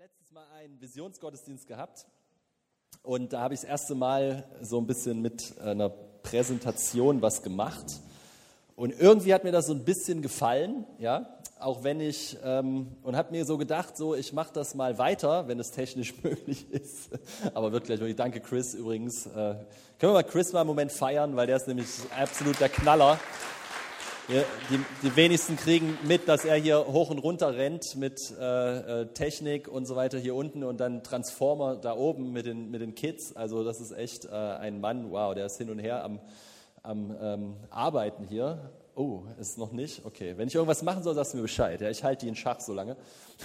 letztes Mal einen Visionsgottesdienst gehabt und da habe ich das erste Mal so ein bisschen mit einer Präsentation was gemacht und irgendwie hat mir das so ein bisschen gefallen, ja, auch wenn ich, und habe mir so gedacht, so ich mache das mal weiter, wenn es technisch möglich ist, aber wird gleich möglich. Danke Chris übrigens. Können wir mal Chris mal einen Moment feiern, weil der ist nämlich absolut der Knaller. Ja, die wenigsten kriegen mit, dass er hier hoch und runter rennt mit Technik und so weiter hier unten und dann Transformer da oben mit den Kids. Also das ist echt ein Mann, wow, der ist hin und her am Arbeiten hier. Oh, ist noch nicht? Okay, wenn ich irgendwas machen soll, sagst du mir Bescheid. Ja, ich halte die in Schach so lange.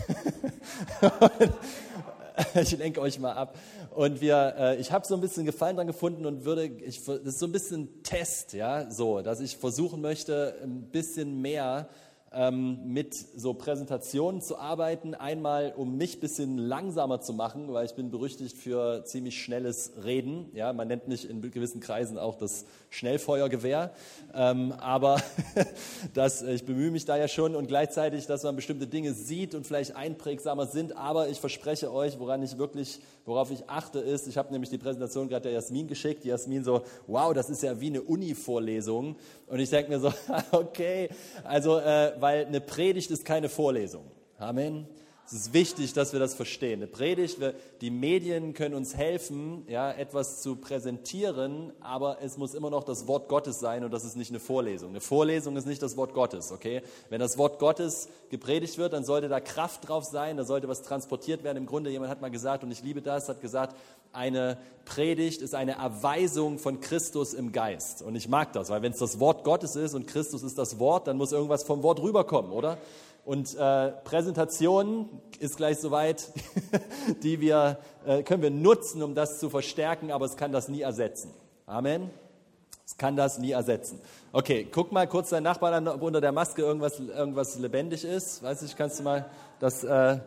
Ich lenke euch mal ab. Und ich habe so ein bisschen Gefallen dran gefunden und das ist so ein bisschen Test, ja, so, dass ich versuchen möchte, ein bisschen mehr mit so Präsentationen zu arbeiten. Einmal, um mich ein bisschen langsamer zu machen, weil ich bin berüchtigt für ziemlich schnelles Reden. Ja, man nennt mich in gewissen Kreisen auch das Schnellfeuergewehr. Aber ich bemühe mich da ja schon und gleichzeitig, dass man bestimmte Dinge sieht und vielleicht einprägsamer sind. Aber ich verspreche euch, worauf ich achte, ist, ich habe nämlich die Präsentation gerade der Jasmin geschickt. Die Jasmin so, wow, das ist ja wie eine Uni-Vorlesung. Und ich denke mir so, okay, also weil eine Predigt ist keine Vorlesung. Amen. Es ist wichtig, dass wir das verstehen. Eine Predigt, die Medien können uns helfen, ja, etwas zu präsentieren, aber es muss immer noch das Wort Gottes sein und das ist nicht eine Vorlesung. Eine Vorlesung ist nicht das Wort Gottes, okay? Wenn das Wort Gottes gepredigt wird, dann sollte da Kraft drauf sein, da sollte was transportiert werden. Im Grunde, jemand hat mal gesagt, und ich liebe das, hat gesagt, eine Predigt ist eine Erweisung von Christus im Geist. Und ich mag das, weil wenn es das Wort Gottes ist und Christus ist das Wort, dann muss irgendwas vom Wort rüberkommen, oder? Und Präsentationen ist gleich soweit, können wir nutzen, um das zu verstärken, aber es kann das nie ersetzen. Amen. Es kann das nie ersetzen. Okay, guck mal kurz deinen Nachbarn an, ob unter der Maske irgendwas lebendig ist. Weiß nicht, kannst du mal das,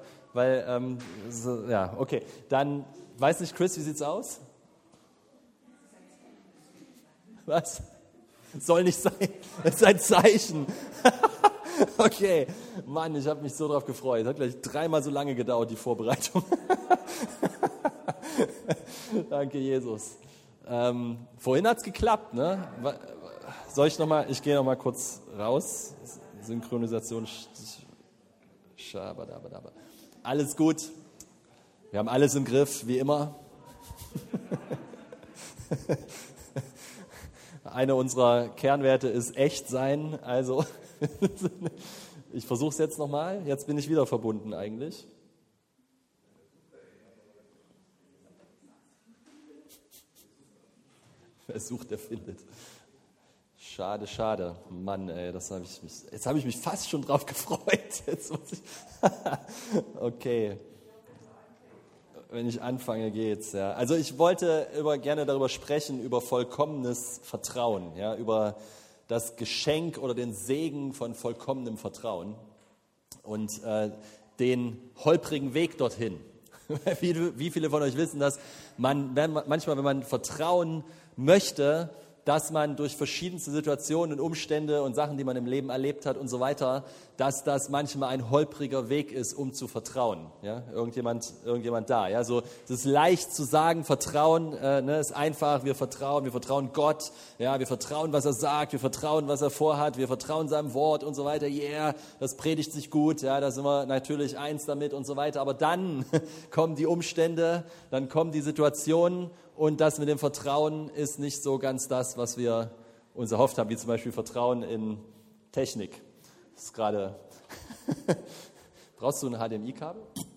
ja, okay. Dann, weiß nicht, Chris, wie sieht's aus? Was? Soll nicht sein. Das ist ein Zeichen. Okay, Mann, ich habe mich so drauf gefreut. Es hat gleich 3-mal so lange gedauert, die Vorbereitung. Danke, Jesus. Vorhin hat es geklappt, ne? Soll ich nochmal, ich gehe nochmal kurz raus. Synchronisation. Alles gut. Wir haben alles im Griff, wie immer. Einer unserer Kernwerte ist echt sein, also ich versuche es jetzt nochmal. Jetzt bin ich wieder verbunden eigentlich. Wer sucht, der findet. Schade, schade. Mann, ey, jetzt habe ich mich fast schon drauf gefreut. Okay. Wenn ich anfange, geht's. Ja. Also ich wollte gerne darüber sprechen, über vollkommenes Vertrauen, ja, über das Geschenk oder den Segen von vollkommenem Vertrauen und den holprigen Weg dorthin. Wie viele von euch wissen, dass manchmal, wenn man vertrauen möchte, dass man durch verschiedenste Situationen und Umstände und Sachen, die man im Leben erlebt hat und so weiter, dass das manchmal ein holpriger Weg ist, um zu vertrauen. Ja? Irgendjemand da. Ja? So, es ist leicht zu sagen, Vertrauen ist einfach, wir vertrauen Gott, ja? Wir vertrauen, was er sagt, wir vertrauen, was er vorhat, wir vertrauen seinem Wort und so weiter. Yeah, das predigt sich gut, ja? Da sind wir natürlich eins damit und so weiter. Aber dann kommen die Umstände, dann kommen die Situationen, und das mit dem Vertrauen ist nicht so ganz das, was wir uns erhofft haben, wie zum Beispiel Vertrauen in Technik. Das ist gerade. Brauchst du ein HDMI-Kabel?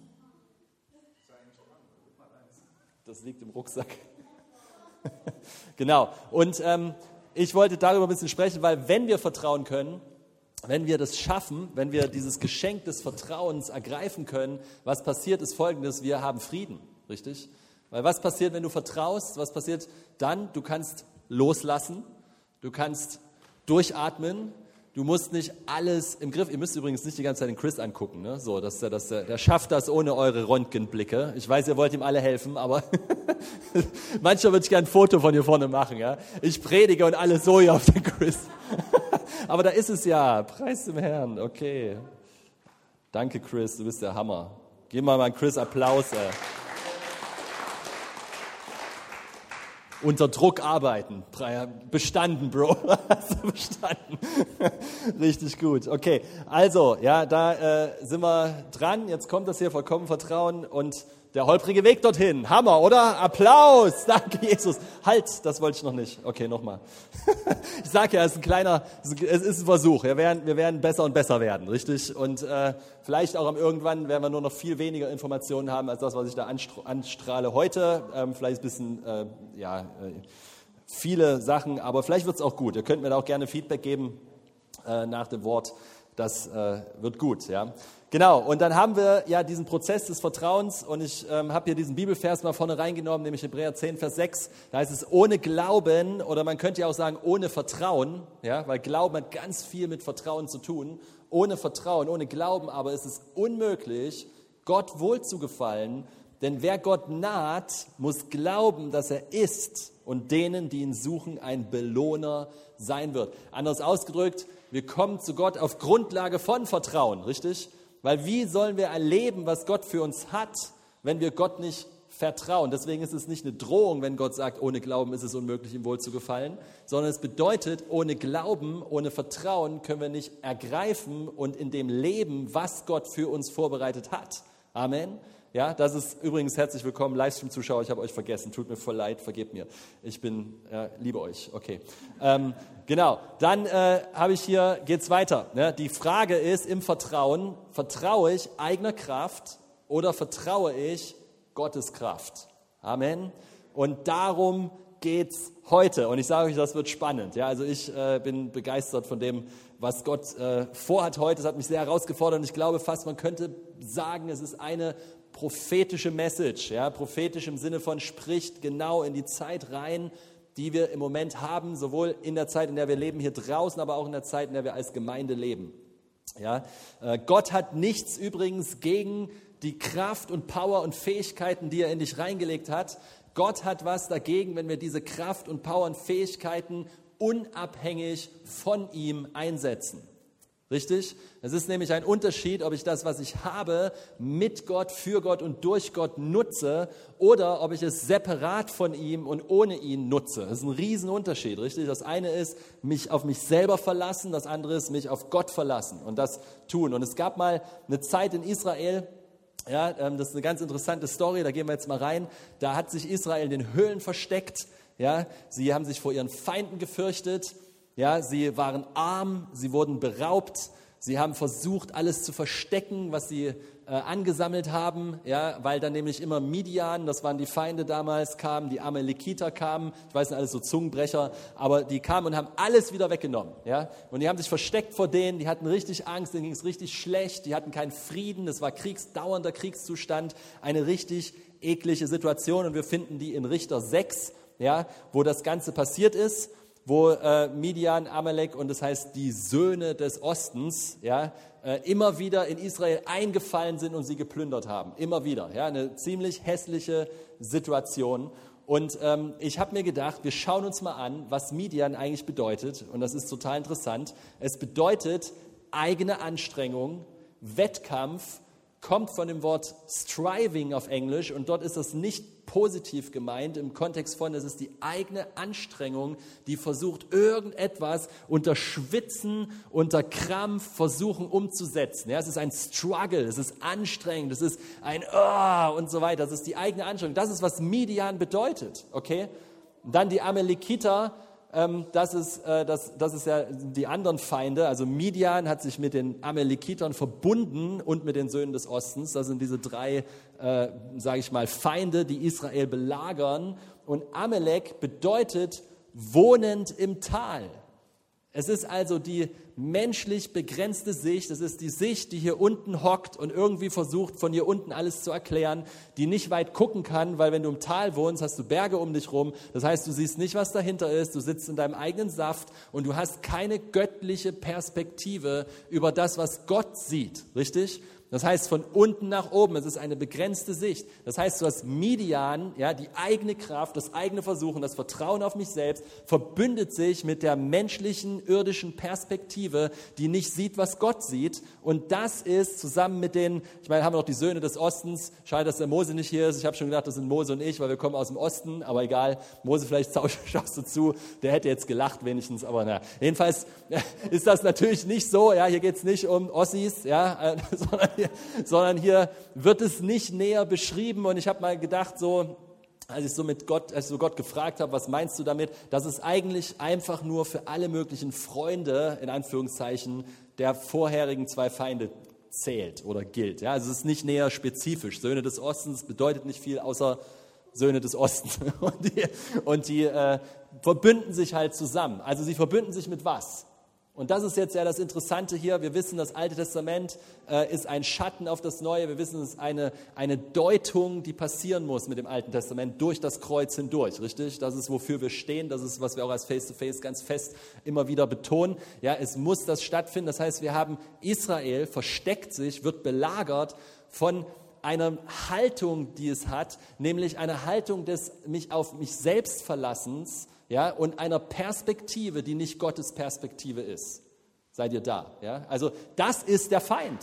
Das liegt im Rucksack. Genau. Und ich wollte darüber ein bisschen sprechen, weil wenn wir vertrauen können, wenn wir das schaffen, wenn wir dieses Geschenk des Vertrauens ergreifen können, was passiert, ist Folgendes: Wir haben Frieden, richtig? Weil was passiert, wenn du vertraust? Was passiert dann? Du kannst loslassen, du kannst durchatmen, du musst nicht alles im Griff. Ihr müsst übrigens nicht die ganze Zeit den Chris angucken, ne? So, der schafft das ohne eure Röntgenblicke. Ich weiß, ihr wollt ihm alle helfen, aber manchmal würde ich gerne ein Foto von hier vorne machen. Ja? Ich predige und alle so hier auf den Chris. Aber da ist es ja, preis dem Herrn, okay. Danke Chris, du bist der Hammer. Geben wir mal Chris Applaus. Unter Druck arbeiten. Bestanden, Bro. Hast du bestanden. Richtig gut. Okay, also, ja, da sind wir dran. Jetzt kommt das hier, vollkommen Vertrauen und der holprige Weg dorthin. Hammer, oder? Applaus. Danke, Jesus. Halt, das wollte ich noch nicht. Okay, nochmal. Ich sage ja, es ist ein Versuch. Wir werden besser und besser werden, richtig? Und vielleicht auch irgendwann werden wir nur noch viel weniger Informationen haben, als das, was ich da anstrahle heute. Vielleicht ein bisschen, viele Sachen, aber vielleicht wird es auch gut. Ihr könnt mir da auch gerne Feedback geben nach dem Wort. Das wird gut, ja. Genau, und dann haben wir ja diesen Prozess des Vertrauens und ich habe hier diesen Bibelvers mal vorne reingenommen, nämlich Hebräer 10, Vers 6. Da heißt es, ohne Glauben, oder man könnte ja auch sagen, ohne Vertrauen, ja, weil Glauben hat ganz viel mit Vertrauen zu tun. Ohne Vertrauen, ohne Glauben, aber es ist unmöglich, Gott wohlzugefallen, denn wer Gott naht, muss glauben, dass er ist und denen, die ihn suchen, ein Belohner sein wird. Anders ausgedrückt, wir kommen zu Gott auf Grundlage von Vertrauen, richtig? Weil wie sollen wir erleben, was Gott für uns hat, wenn wir Gott nicht vertrauen? Deswegen ist es nicht eine Drohung, wenn Gott sagt, ohne Glauben ist es unmöglich, ihm wohl zu gefallen, sondern es bedeutet, ohne Glauben, ohne Vertrauen können wir nicht ergreifen und in dem Leben, was Gott für uns vorbereitet hat. Amen. Ja, das ist übrigens herzlich willkommen, Livestream-Zuschauer, ich habe euch vergessen, tut mir voll leid, vergebt mir. Ich liebe euch, okay. Genau, dann habe ich hier, geht's weiter. Ne? Die Frage ist im Vertrauen, vertraue ich eigener Kraft oder vertraue ich Gottes Kraft? Amen. Und darum geht's heute. Und ich sage euch, das wird spannend. Ja, also ich bin begeistert von dem, was Gott vorhat heute. Es hat mich sehr herausgefordert und ich glaube fast, man könnte sagen, es ist eine prophetische Message, ja, prophetisch im Sinne von spricht genau in die Zeit rein, die wir im Moment haben, sowohl in der Zeit, in der wir leben hier draußen, aber auch in der Zeit, in der wir als Gemeinde leben. Ja, Gott hat nichts übrigens gegen die Kraft und Power und Fähigkeiten, die er in dich reingelegt hat. Gott hat was dagegen, wenn wir diese Kraft und Power und Fähigkeiten unabhängig von ihm einsetzen. Richtig? Es ist nämlich ein Unterschied, ob ich das, was ich habe, mit Gott, für Gott und durch Gott nutze oder ob ich es separat von ihm und ohne ihn nutze. Das ist ein Riesenunterschied, richtig? Das eine ist, mich auf mich selber verlassen, das andere ist, mich auf Gott verlassen und das tun. Und es gab mal eine Zeit in Israel, ja, das ist eine ganz interessante Story, da gehen wir jetzt mal rein, da hat sich Israel in den Höhlen versteckt, ja, sie haben sich vor ihren Feinden gefürchtet. Ja, sie waren arm, sie wurden beraubt, sie haben versucht, alles zu verstecken, was sie angesammelt haben, ja, weil dann nämlich immer Midian, das waren die Feinde damals, kamen, die Amalekiter kamen, ich weiß nicht, alles so Zungenbrecher, aber die kamen und haben alles wieder weggenommen. Ja, und die haben sich versteckt vor denen, die hatten richtig Angst, denen ging es richtig schlecht, die hatten keinen Frieden, es war dauernder Kriegszustand, eine richtig eklige Situation und wir finden die in Richter 6, ja, wo das Ganze passiert ist, wo Midian, Amalek und das heißt die Söhne des Ostens, ja, immer wieder in Israel eingefallen sind und sie geplündert haben. Immer wieder. Ja, eine ziemlich hässliche Situation. Und ich habe mir gedacht, wir schauen uns mal an, was Midian eigentlich bedeutet. Und das ist total interessant. Es bedeutet eigene Anstrengung, Wettkampf, kommt von dem Wort striving auf Englisch und dort ist das nicht positiv gemeint im Kontext von, es ist die eigene Anstrengung, die versucht irgendetwas unter Schwitzen, unter Krampf versuchen umzusetzen. Ja, es ist ein Struggle, es ist anstrengend, es ist ein und so weiter. Das ist die eigene Anstrengung. Das ist, was Midian bedeutet. Okay? Und dann die Amalekiter. Das ist ja die anderen Feinde. Also Midian hat sich mit den Amalekitern verbunden und mit den Söhnen des Ostens. Das sind diese drei, sage ich mal, Feinde, die Israel belagern. Und Amalek bedeutet wohnend im Tal. Es ist also die menschlich begrenzte Sicht, es ist die Sicht, die hier unten hockt und irgendwie versucht, von hier unten alles zu erklären, die nicht weit gucken kann, weil wenn du im Tal wohnst, hast du Berge um dich rum. Das heißt, du siehst nicht, was dahinter ist, du sitzt in deinem eigenen Saft und du hast keine göttliche Perspektive über das, was Gott sieht, richtig? Das heißt von unten nach oben. Es ist eine begrenzte Sicht. Das heißt, du hast Midian, ja, die eigene Kraft, das eigene Versuchen, das Vertrauen auf mich selbst, verbündet sich mit der menschlichen, irdischen Perspektive, die nicht sieht, was Gott sieht. Und das ist zusammen mit den, ich meine, haben wir noch die Söhne des Ostens. Schade, dass der Mose nicht hier ist. Ich habe schon gedacht, das sind Mose und ich, weil wir kommen aus dem Osten. Aber egal, Mose, vielleicht schaust du zu. Der hätte jetzt gelacht wenigstens. Aber na, jedenfalls ist das natürlich nicht so. Ja, hier geht es nicht um Ossis, ja, sondern hier wird es nicht näher beschrieben. Und ich habe mal gedacht, so, als ich so Gott gefragt habe, was meinst du damit, dass es eigentlich einfach nur für alle möglichen Freunde, in Anführungszeichen, der vorherigen 2 Feinde zählt oder gilt. Ja, also es ist nicht näher spezifisch. Söhne des Ostens bedeutet nicht viel, außer Söhne des Ostens. Und die verbünden sich halt zusammen. Also sie verbünden sich mit was? Und das ist jetzt ja das Interessante hier. Wir wissen, das Alte Testament ist ein Schatten auf das Neue. Wir wissen, es ist eine Deutung, die passieren muss mit dem Alten Testament durch das Kreuz hindurch, richtig? Das ist, wofür wir stehen. Das ist, was wir auch als Face-to-Face ganz fest immer wieder betonen. Ja, es muss das stattfinden. Das heißt, wir haben Israel, versteckt sich, wird belagert von einer Haltung, die es hat, nämlich eine Haltung des mich auf mich selbst Verlassens, ja, und einer Perspektive, die nicht Gottes Perspektive ist. Seid ihr da? Ja? Also das ist der Feind.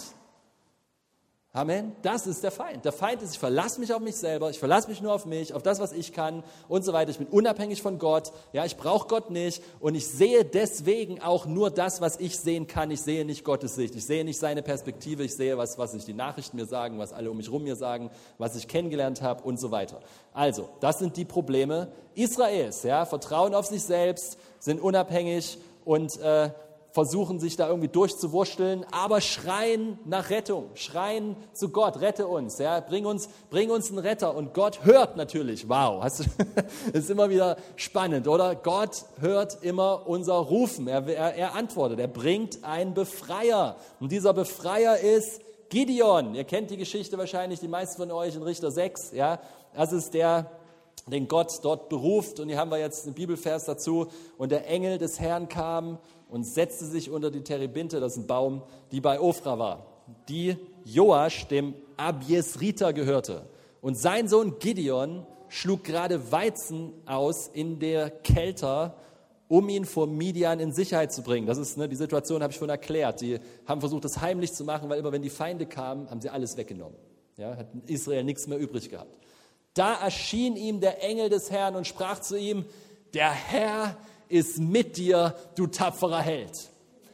Amen. Das ist der Feind. Der Feind ist, ich verlasse mich auf mich selber, ich verlasse mich nur auf mich, auf das, was ich kann und so weiter. Ich bin unabhängig von Gott. Ja, ich brauche Gott nicht und ich sehe deswegen auch nur das, was ich sehen kann. Ich sehe nicht Gottes Sicht. Ich sehe nicht seine Perspektive. Ich sehe, was sich die Nachrichten mir sagen, was alle um mich rum mir sagen, was ich kennengelernt habe und so weiter. Also, das sind die Probleme Israels. Ja, Vertrauen auf sich selbst, sind unabhängig und versuchen sich da irgendwie durchzuwursteln, aber schreien nach Rettung, schreien zu Gott, rette uns, ja, bring uns einen Retter. Und Gott hört natürlich, wow, das ist immer wieder spannend, oder? Gott hört immer unser Rufen, er antwortet, er bringt einen Befreier. Und dieser Befreier ist Gideon. Ihr kennt die Geschichte wahrscheinlich, die meisten von euch in Richter 6, ja, das ist der, den Gott dort beruft. Und hier haben wir jetzt einen Bibelvers dazu. Und der Engel des Herrn kam und setzte sich unter die Terebinte, das ist ein Baum, die bei Ofra war, die Joasch, dem Abjesriter, gehörte. Und sein Sohn Gideon schlug gerade Weizen aus in der Kelter, um ihn vor Midian in Sicherheit zu bringen. Das ist, die Situation habe ich schon erklärt. Die haben versucht, das heimlich zu machen, weil immer wenn die Feinde kamen, haben sie alles weggenommen. Ja, hat Israel nichts mehr übrig gehabt. Da erschien ihm der Engel des Herrn und sprach zu ihm, der Herr ist mit dir, du tapferer Held.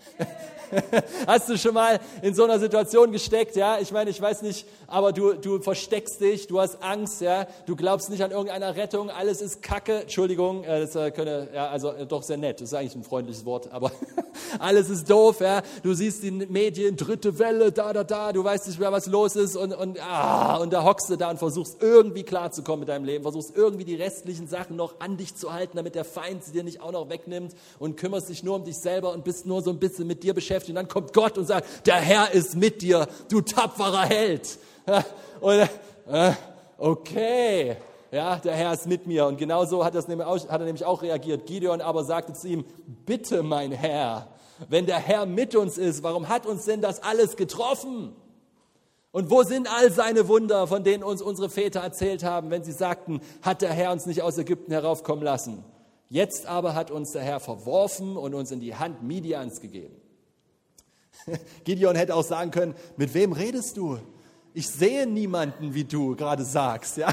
Hast du schon mal in so einer Situation gesteckt? Ja, ich meine, ich weiß nicht, aber du versteckst dich, du hast Angst, ja, du glaubst nicht an irgendeiner Rettung, alles ist Kacke. Entschuldigung, das doch sehr nett, das ist eigentlich ein freundliches Wort, aber alles ist doof, ja. Du siehst die Medien, dritte Welle, du weißt nicht mehr, was los ist und da hockst du da und versuchst irgendwie klarzukommen mit deinem Leben, versuchst irgendwie die restlichen Sachen noch an dich zu halten, damit der Feind sie dir nicht auch noch wegnimmt und kümmerst dich nur um dich selber und bist nur so ein bisschen mit dir beschäftigt. Und dann kommt Gott und sagt, der Herr ist mit dir, du tapferer Held. Und, okay, ja, der Herr ist mit mir. Und genauso hat er nämlich auch reagiert. Gideon aber sagte zu ihm, bitte mein Herr, wenn der Herr mit uns ist, warum hat uns denn das alles getroffen? Und wo sind all seine Wunder, von denen uns unsere Väter erzählt haben, wenn sie sagten, hat der Herr uns nicht aus Ägypten heraufkommen lassen? Jetzt aber hat uns der Herr verworfen und uns in die Hand Midians gegeben. Gideon hätte auch sagen können, mit wem redest du? Ich sehe niemanden, wie du gerade sagst. Ja?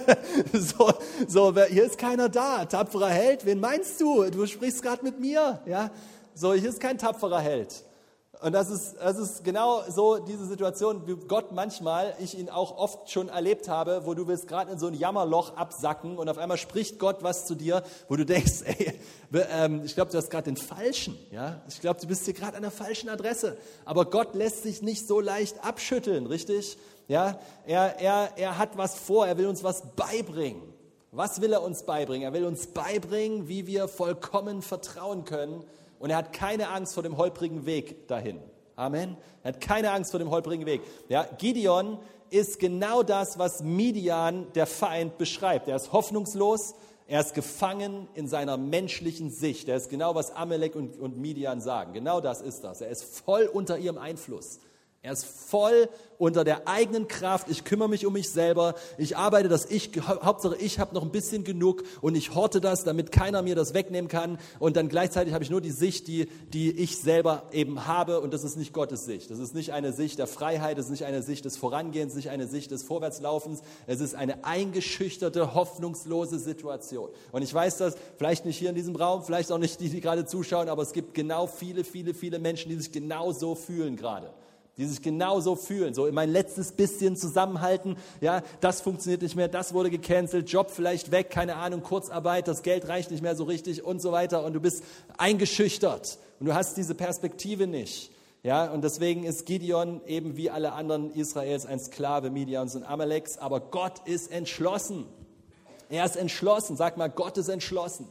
Hier ist keiner da. Tapferer Held, wen meinst du? Du sprichst gerade mit mir. Ja? Hier ist kein tapferer Held. Und das ist genau so diese Situation, wie Gott manchmal, ich ihn auch oft schon erlebt habe, wo du willst gerade in so ein Jammerloch absacken und auf einmal spricht Gott was zu dir, wo du denkst, ich glaube, du hast gerade den Falschen. Ja? Ich glaube, du bist hier gerade an der falschen Adresse. Aber Gott lässt sich nicht so leicht abschütteln, richtig? Ja? Er hat was vor, er will uns was beibringen. Was will er uns beibringen? Er will uns beibringen, wie wir vollkommen vertrauen können. Und er hat keine Angst vor dem holprigen Weg dahin. Amen. Er hat keine Angst vor dem holprigen Weg. Ja, Gideon ist genau das, was Midian, der Feind, beschreibt. Er ist hoffnungslos, er ist gefangen in seiner menschlichen Sicht. Er ist genau, was Amalek und Midian sagen. Genau das ist das. Er ist voll unter ihrem Einfluss. Er ist voll unter der eigenen Kraft. Ich kümmere mich um mich selber. Ich arbeite, Hauptsache ich habe noch ein bisschen genug und ich horte das, damit keiner mir das wegnehmen kann. Und dann gleichzeitig habe ich nur die Sicht, die ich selber eben habe. Und das ist nicht Gottes Sicht. Das ist nicht eine Sicht der Freiheit. Das ist nicht eine Sicht des Vorangehens, nicht eine Sicht des Vorwärtslaufens. Es ist eine eingeschüchterte, hoffnungslose Situation. Und ich weiß das, vielleicht nicht hier in diesem Raum, vielleicht auch nicht die gerade zuschauen, aber es gibt genau viele Menschen, die sich genau so fühlen gerade. Die sich genauso fühlen, so mein letztes bisschen zusammenhalten, ja, das funktioniert nicht mehr, das wurde gecancelt, Job vielleicht weg, keine Ahnung, Kurzarbeit, das Geld reicht nicht mehr so richtig und so weiter und du bist eingeschüchtert und du hast diese Perspektive nicht, ja, und deswegen ist Gideon eben wie alle anderen Israels ein Sklave Midians und Amaleks, aber Gott ist entschlossen, er ist entschlossen, sag mal, Gott ist entschlossen,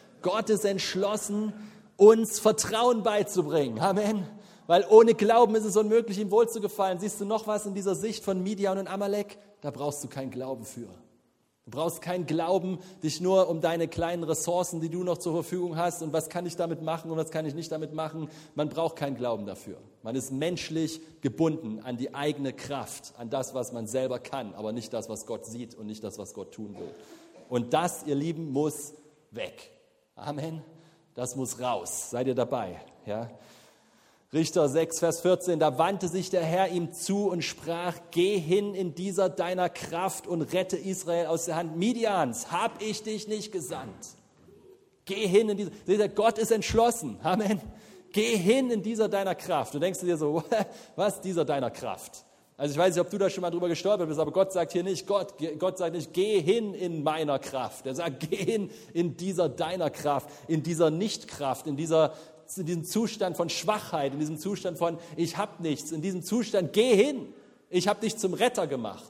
uns Vertrauen beizubringen, Amen. Weil ohne Glauben ist es unmöglich, ihm wohlzugefallen. Siehst du noch was in dieser Sicht von Midian und Amalek? Da brauchst du keinen Glauben für. Du brauchst keinen Glauben, dich nur um deine kleinen Ressourcen, die du noch zur Verfügung hast und was kann ich damit machen und was kann ich nicht damit machen. Man braucht keinen Glauben dafür. Man ist menschlich gebunden an die eigene Kraft, an das, was man selber kann, aber nicht das, was Gott sieht und nicht das, was Gott tun will. Und das, ihr Lieben, muss weg. Amen. Das muss raus. Seid ihr dabei? Ja. Richter 6, Vers 14, da wandte sich der Herr ihm zu und sprach, geh hin in dieser deiner Kraft und rette Israel aus der Hand Midians. Hab ich dich nicht gesandt? Geh hin in dieser, seht ihr, Gott ist entschlossen. Amen. Geh hin in dieser deiner Kraft. Du denkst dir so, was dieser deiner Kraft? Also ich weiß nicht, ob du da schon mal drüber gestolpert bist, aber Gott sagt hier nicht, Gott sagt nicht, geh hin in meiner Kraft. Er sagt, geh hin in dieser deiner Kraft, in dieser Nichtkraft, in diesem Zustand von Schwachheit, in diesem Zustand von ich habe nichts, in diesem Zustand geh hin. Ich habe dich zum Retter gemacht.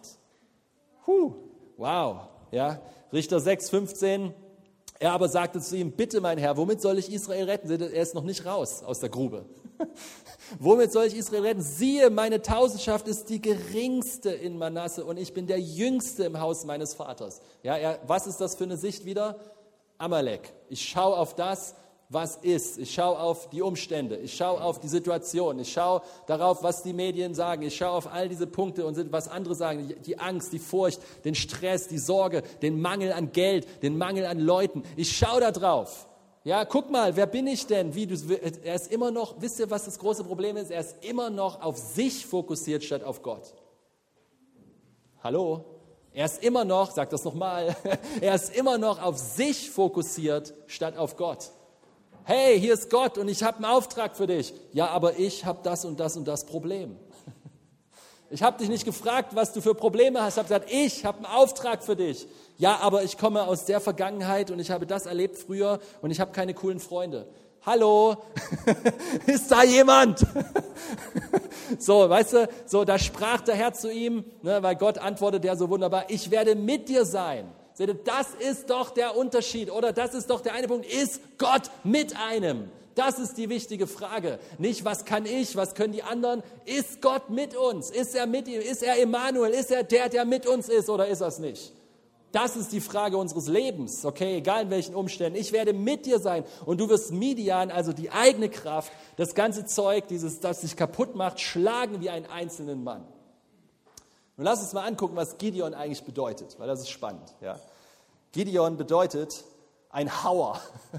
Wow. Ja. Richter 6, 15. Er aber sagte zu ihm, bitte mein Herr, womit soll ich Israel retten? Er ist noch nicht raus aus der Grube. Womit soll ich Israel retten? Siehe, meine Tausendschaft ist die geringste in Manasse und ich bin der Jüngste im Haus meines Vaters. Ja, was ist das für eine Sicht wieder? Amalek. Ich schaue auf das, was ist. Ich schaue auf die Umstände, ich schaue auf die Situation, ich schaue darauf, was die Medien sagen, ich schaue auf all diese Punkte und was andere sagen, die Angst, die Furcht, den Stress, die Sorge, den Mangel an Geld, den Mangel an Leuten. Ich schaue da drauf. Ja, guck mal, wer bin ich denn? Er ist immer noch, wisst ihr, was das große Problem ist? Er ist immer noch auf sich fokussiert statt auf Gott. Hallo? Er ist immer noch, sag das nochmal, er ist immer noch auf sich fokussiert statt auf Gott. Hey, hier ist Gott und ich habe einen Auftrag für dich. Ja, aber ich habe das und das und das Problem. Ich habe dich nicht gefragt, was du für Probleme hast. Ich habe gesagt, ich habe einen Auftrag für dich. Ja, aber ich komme aus der Vergangenheit und ich habe das erlebt früher und ich habe keine coolen Freunde. Hallo, ist da jemand? So, weißt du, so, da sprach der Herr zu ihm, ne, weil Gott antwortet ja so wunderbar, ich werde mit dir sein. Seht ihr, das ist doch der Unterschied, oder das ist doch der eine Punkt, ist Gott mit einem? Das ist die wichtige Frage. Nicht, was kann ich, was können die anderen? Ist Gott mit uns? Ist er mit ihm? Ist er Emmanuel? Ist er der mit uns ist oder ist er es nicht? Das ist die Frage unseres Lebens, okay, egal in welchen Umständen. Ich werde mit dir sein und du wirst Midian, also die eigene Kraft, das ganze Zeug, das sich kaputt macht, schlagen wie einen einzelnen Mann. Und lass uns mal angucken, was Gideon eigentlich bedeutet, weil das ist spannend. Ja. Gideon bedeutet ein Hauer,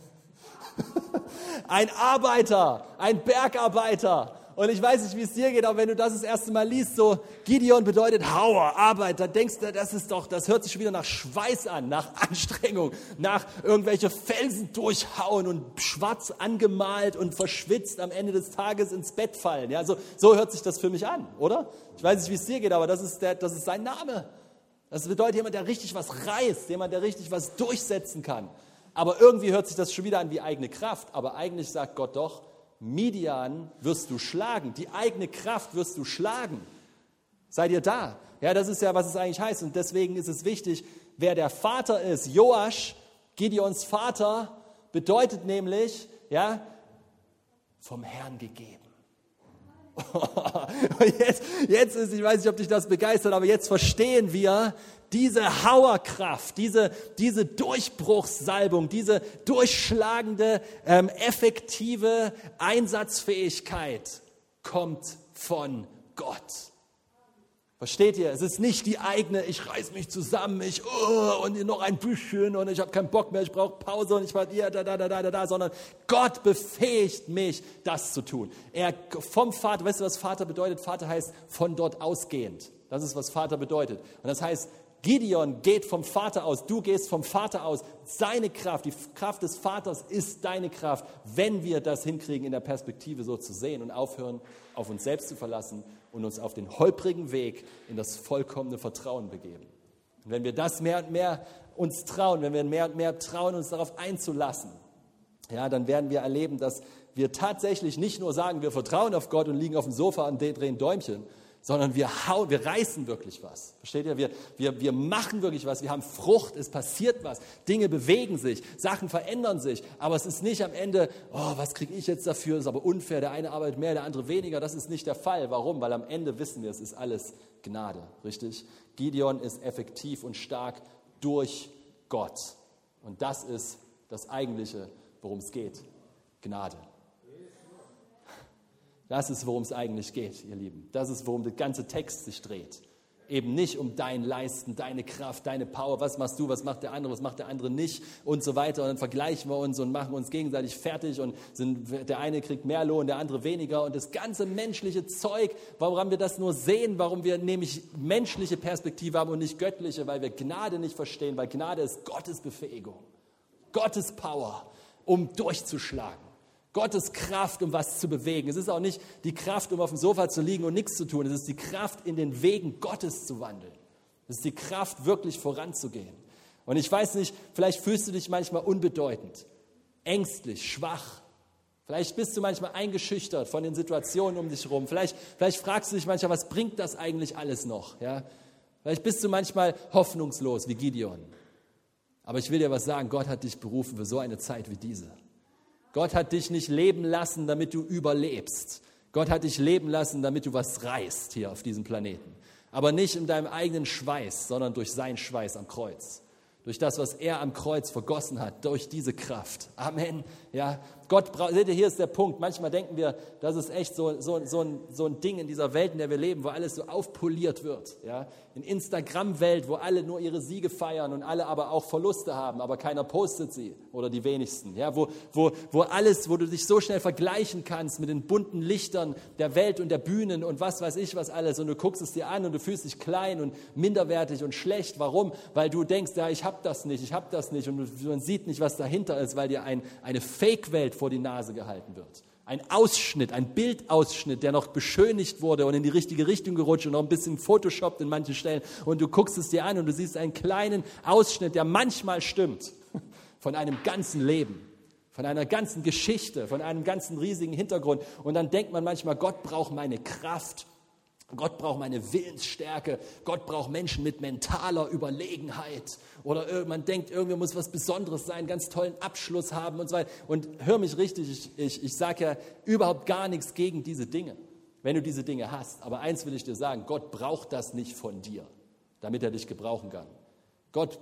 ein Arbeiter, ein Bergarbeiter. Und ich weiß nicht, wie es dir geht, aber wenn du das erste Mal liest, so Gideon bedeutet Hauer, Arbeiter, denkst du, das hört sich wieder nach Schweiß an, nach Anstrengung, nach irgendwelche Felsen durchhauen und schwarz angemalt und verschwitzt am Ende des Tages ins Bett fallen. Ja, so hört sich das für mich an, oder? Ich weiß nicht, wie es dir geht, aber das ist sein Name. Das bedeutet jemand, der richtig was reißt, jemand, der richtig was durchsetzen kann. Aber irgendwie hört sich das schon wieder an wie eigene Kraft. Aber eigentlich sagt Gott doch, Midian wirst du schlagen, die eigene Kraft wirst du schlagen. Seid ihr da? Ja, das ist ja, was es eigentlich heißt. Und deswegen ist es wichtig, wer der Vater ist. Joasch, Gideons Vater, bedeutet nämlich, ja, vom Herrn gegeben. Jetzt ist, ich weiß nicht, ob dich das begeistert, aber jetzt verstehen wir diese Hauerkraft, diese Durchbruchssalbung, diese durchschlagende, effektive Einsatzfähigkeit kommt von Gott. Versteht ihr? Es ist nicht die eigene, ich reiß mich zusammen, und noch ein bisschen und ich habe keinen Bock mehr, ich brauche Pause und ich war sondern Gott befähigt mich, das zu tun. Er vom Vater, weißt du, was Vater bedeutet? Vater heißt von dort ausgehend. Das ist, was Vater bedeutet. Und das heißt, Gideon geht vom Vater aus, du gehst vom Vater aus. Seine Kraft, die Kraft des Vaters ist deine Kraft, wenn wir das hinkriegen, in der Perspektive so zu sehen und aufhören, auf uns selbst zu verlassen und uns auf den holprigen Weg in das vollkommene Vertrauen begeben. Und wenn wir das mehr und mehr uns trauen, wenn wir mehr und mehr trauen, uns darauf einzulassen, ja, dann werden wir erleben, dass wir tatsächlich nicht nur sagen, wir vertrauen auf Gott und liegen auf dem Sofa und drehen Däumchen, sondern wir reißen wirklich was. Versteht ihr? Wir machen wirklich was, wir haben Frucht, es passiert was, Dinge bewegen sich, Sachen verändern sich, aber es ist nicht am Ende, was kriege ich jetzt dafür, das ist aber unfair, der eine arbeitet mehr, der andere weniger, das ist nicht der Fall. Warum? Weil am Ende wissen wir, es ist alles Gnade, richtig? Gideon ist effektiv und stark durch Gott und das ist das Eigentliche, worum es geht, Gnade. Das ist, worum es eigentlich geht, ihr Lieben. Das ist, worum der ganze Text sich dreht. Eben nicht um dein Leisten, deine Kraft, deine Power. Was machst du, was macht der andere nicht und so weiter. Und dann vergleichen wir uns und machen uns gegenseitig fertig und der eine kriegt mehr Lohn, der andere weniger. Und das ganze menschliche Zeug, warum wir das nur sehen, warum wir nämlich menschliche Perspektive haben und nicht göttliche, weil wir Gnade nicht verstehen, weil Gnade ist Gottes Befähigung, Gottes Power, um durchzuschlagen. Gottes Kraft, um was zu bewegen. Es ist auch nicht die Kraft, um auf dem Sofa zu liegen und nichts zu tun. Es ist die Kraft, in den Wegen Gottes zu wandeln. Es ist die Kraft, wirklich voranzugehen. Und ich weiß nicht, vielleicht fühlst du dich manchmal unbedeutend, ängstlich, schwach. Vielleicht bist du manchmal eingeschüchtert von den Situationen um dich herum. Vielleicht fragst du dich manchmal, was bringt das eigentlich alles noch? Ja? Vielleicht bist du manchmal hoffnungslos wie Gideon. Aber ich will dir was sagen, Gott hat dich berufen für so eine Zeit wie diese. Gott hat dich nicht leben lassen, damit du überlebst. Gott hat dich leben lassen, damit du was reißt hier auf diesem Planeten. Aber nicht in deinem eigenen Schweiß, sondern durch seinen Schweiß am Kreuz. Durch das, was er am Kreuz vergossen hat, durch diese Kraft. Amen. Ja, Gott braucht, seht ihr, hier ist der Punkt. Manchmal denken wir, das ist echt so ein Ding in dieser Welt, in der wir leben, wo alles so aufpoliert wird. Ja, in Instagram-Welt, wo alle nur ihre Siege feiern und alle aber auch Verluste haben, aber keiner postet sie oder die wenigsten. Ja, wo du dich so schnell vergleichen kannst mit den bunten Lichtern der Welt und der Bühnen und was weiß ich was alles und du guckst es dir an und du fühlst dich klein und minderwertig und schlecht. Warum? Weil du denkst, ja, ich habe das nicht und man sieht nicht, was dahinter ist, weil dir eine Fake-Welt vor die Nase gehalten wird. Ein Ausschnitt, ein Bildausschnitt, der noch beschönigt wurde und in die richtige Richtung gerutscht und noch ein bisschen photoshoppt in manchen Stellen. Und du guckst es dir an und du siehst einen kleinen Ausschnitt, der manchmal stimmt, von einem ganzen Leben, von einer ganzen Geschichte, von einem ganzen riesigen Hintergrund. Und dann denkt man manchmal, Gott braucht meine Kraft, Gott braucht meine Willensstärke, Gott braucht Menschen mit mentaler Überlegenheit. Oder man denkt, irgendwie muss was Besonderes sein, ganz tollen Abschluss haben und so weiter. Und hör mich richtig, ich sage ja überhaupt gar nichts gegen diese Dinge, wenn du diese Dinge hast. Aber eins will ich dir sagen, Gott braucht das nicht von dir, damit er dich gebrauchen kann. Gott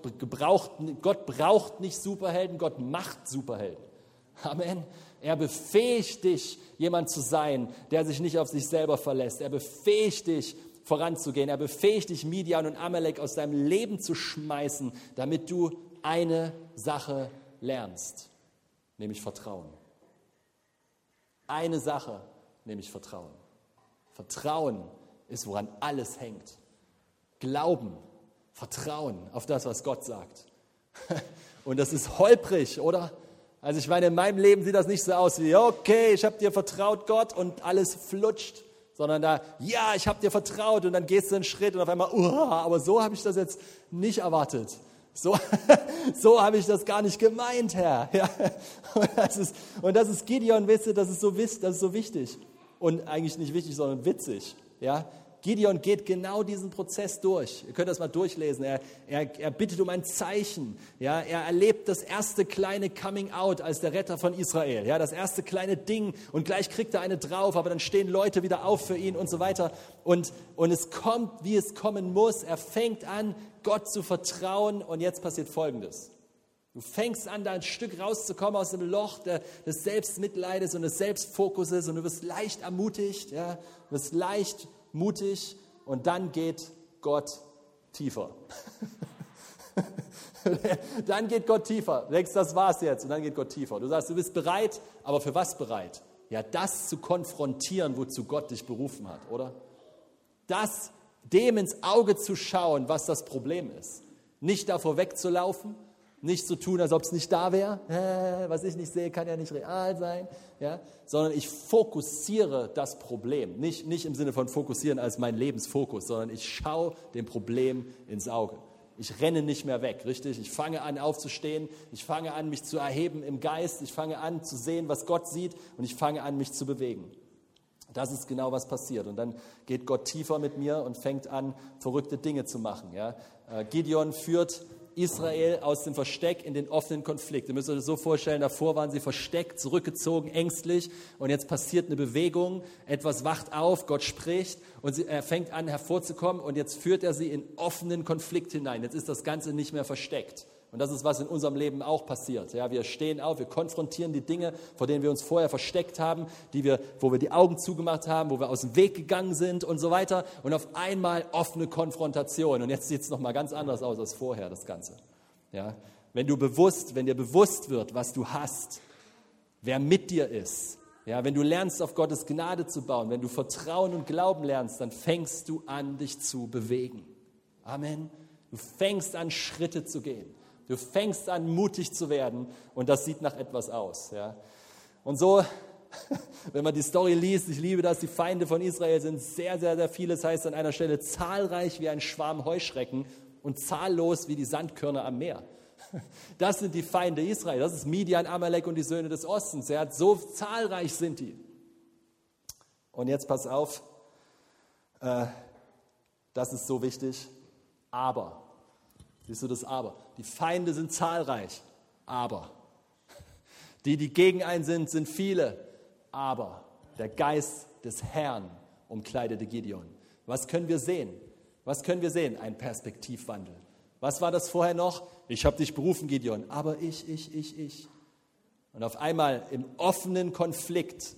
braucht nicht Superhelden, Gott macht Superhelden. Amen. Er befähigt dich, jemand zu sein, der sich nicht auf sich selber verlässt. Er befähigt dich, voranzugehen. Er befähigt dich, Midian und Amalek aus deinem Leben zu schmeißen, damit du eine Sache lernst, nämlich Vertrauen. Eine Sache, nämlich Vertrauen. Vertrauen ist, woran alles hängt. Glauben, Vertrauen auf das, was Gott sagt. Und das ist holprig, oder? Also ich meine, in meinem Leben sieht das nicht so aus wie, okay, ich habe dir vertraut, Gott, und alles flutscht. Sondern ja, ich habe dir vertraut und dann gehst du einen Schritt und auf einmal, aber so habe ich das jetzt nicht erwartet. So habe ich das gar nicht gemeint, Herr. Ja. Und das ist Gideon, wisst ihr, das ist so wichtig. Und eigentlich nicht wichtig, sondern witzig. Ja. Gideon geht genau diesen Prozess durch. Ihr könnt das mal durchlesen. Er bittet um ein Zeichen. Ja, er erlebt das erste kleine Coming Out als der Retter von Israel. Ja, das erste kleine Ding und gleich kriegt er eine drauf, aber dann stehen Leute wieder auf für ihn und so weiter. Und es kommt, wie es kommen muss. Er fängt an, Gott zu vertrauen und jetzt passiert Folgendes. Du fängst an, da ein Stück rauszukommen aus dem Loch des Selbstmitleides und des Selbstfokuses und du wirst leicht ermutigt, ja, du wirst leicht mutig und dann geht Gott tiefer. Dann geht Gott tiefer. Du denkst, das war's jetzt. Und dann geht Gott tiefer. Du sagst, du bist bereit, aber für was bereit? Ja, das zu konfrontieren, wozu Gott dich berufen hat, oder? Dem ins Auge zu schauen, was das Problem ist. Nicht davor wegzulaufen, nicht zu tun, als ob es nicht da wäre. Was ich nicht sehe, kann ja nicht real sein. Ja? Sondern ich fokussiere das Problem. Nicht im Sinne von fokussieren als mein Lebensfokus, sondern ich schaue dem Problem ins Auge. Ich renne nicht mehr weg, richtig? Ich fange an aufzustehen, ich fange an mich zu erheben im Geist, ich fange an zu sehen, was Gott sieht und ich fange an mich zu bewegen. Das ist genau, was passiert. Und dann geht Gott tiefer mit mir und fängt an, verrückte Dinge zu machen. Ja? Gideon führt Israel aus dem Versteck in den offenen Konflikt. Ihr müsst euch das so vorstellen, davor waren sie versteckt, zurückgezogen, ängstlich und jetzt passiert eine Bewegung, etwas wacht auf, Gott spricht und er fängt an hervorzukommen und jetzt führt er sie in offenen Konflikt hinein. Jetzt ist das Ganze nicht mehr versteckt. Und das ist, was in unserem Leben auch passiert. Ja, wir stehen auf, wir konfrontieren die Dinge, vor denen wir uns vorher versteckt haben, wo wir die Augen zugemacht haben, wo wir aus dem Weg gegangen sind und so weiter. Und auf einmal offene Konfrontation. Und jetzt sieht es nochmal ganz anders aus als vorher, das Ganze. Ja, wenn dir bewusst wird, was du hast, wer mit dir ist, ja, wenn du lernst, auf Gottes Gnade zu bauen, wenn du Vertrauen und Glauben lernst, dann fängst du an, dich zu bewegen. Amen. Du fängst an, Schritte zu gehen. Du fängst an, mutig zu werden und das sieht nach etwas aus. Ja. Und so, wenn man die Story liest, ich liebe das, die Feinde von Israel sind sehr, sehr, sehr viele. Das heißt an einer Stelle zahlreich wie ein Schwarm Heuschrecken und zahllos wie die Sandkörner am Meer. Das sind die Feinde Israel. Das ist Midian, Amalek und die Söhne des Ostens. Ja. So zahlreich sind die. Und jetzt pass auf, das ist so wichtig, aber. Siehst du das Aber? Die Feinde sind zahlreich, aber. Die gegen einen sind viele, aber. Der Geist des Herrn umkleidete Gideon. Was können wir sehen? Was können wir sehen? Ein Perspektivwandel. Was war das vorher noch? Ich habe dich berufen, Gideon, aber ich. Und auf einmal im offenen Konflikt,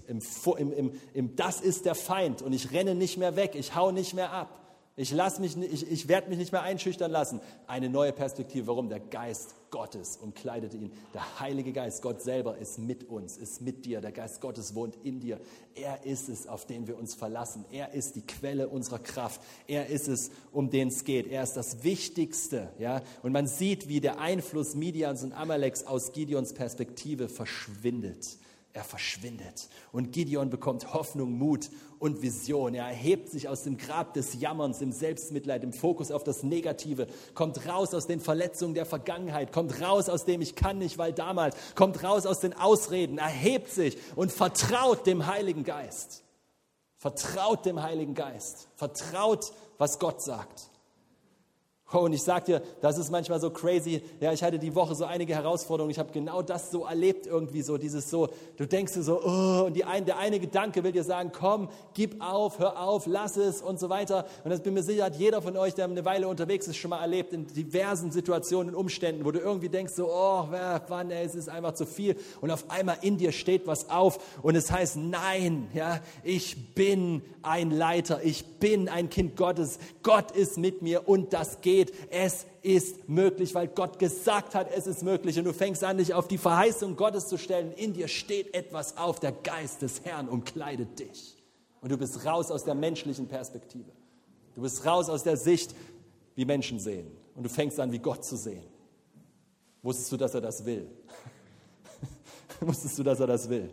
das ist der Feind und ich renne nicht mehr weg, ich hau nicht mehr ab. Ich werde mich nicht mehr einschüchtern lassen. Eine neue Perspektive. Warum? Der Geist Gottes umkleidete ihn. Der Heilige Geist, Gott selber, ist mit uns, ist mit dir. Der Geist Gottes wohnt in dir. Er ist es, auf den wir uns verlassen. Er ist die Quelle unserer Kraft. Er ist es, um den es geht. Er ist das Wichtigste. Ja? Und man sieht, wie der Einfluss Midians und Amaleks aus Gideons Perspektive verschwindet. Er verschwindet. Und Gideon bekommt Hoffnung, Mut und Vision. Er erhebt sich aus dem Grab des Jammerns, im Selbstmitleid, im Fokus auf das Negative, kommt raus aus den Verletzungen der Vergangenheit, kommt raus aus dem Ich kann nicht, weil damals, kommt raus aus den Ausreden, erhebt sich und vertraut dem Heiligen Geist. Vertraut dem Heiligen Geist. Vertraut, was Gott sagt. Oh, und ich sag dir, das ist manchmal so crazy. Ja, ich hatte die Woche so einige Herausforderungen. Ich habe genau das so erlebt irgendwie so, dieses so, du denkst dir so, oh, und der eine Gedanke will dir sagen, komm, gib auf, hör auf, lass es und so weiter. Und das bin mir sicher, hat jeder von euch, der eine Weile unterwegs ist, schon mal erlebt in diversen Situationen und Umständen, wo du irgendwie denkst so, oh, Mann, ey, es ist einfach zu viel. Und auf einmal in dir steht was auf und es heißt, nein, ja, ich bin ein Leiter, ich bin ein Kind Gottes. Gott ist mit mir und das geht. Es ist möglich, weil Gott gesagt hat, es ist möglich. Und du fängst an, dich auf die Verheißung Gottes zu stellen. In dir steht etwas auf. Der Geist des Herrn umkleidet dich. Und du bist raus aus der menschlichen Perspektive. Du bist raus aus der Sicht, wie Menschen sehen. Und du fängst an, wie Gott zu sehen. Wusstest du, dass er das will? Wusstest du, dass er das will?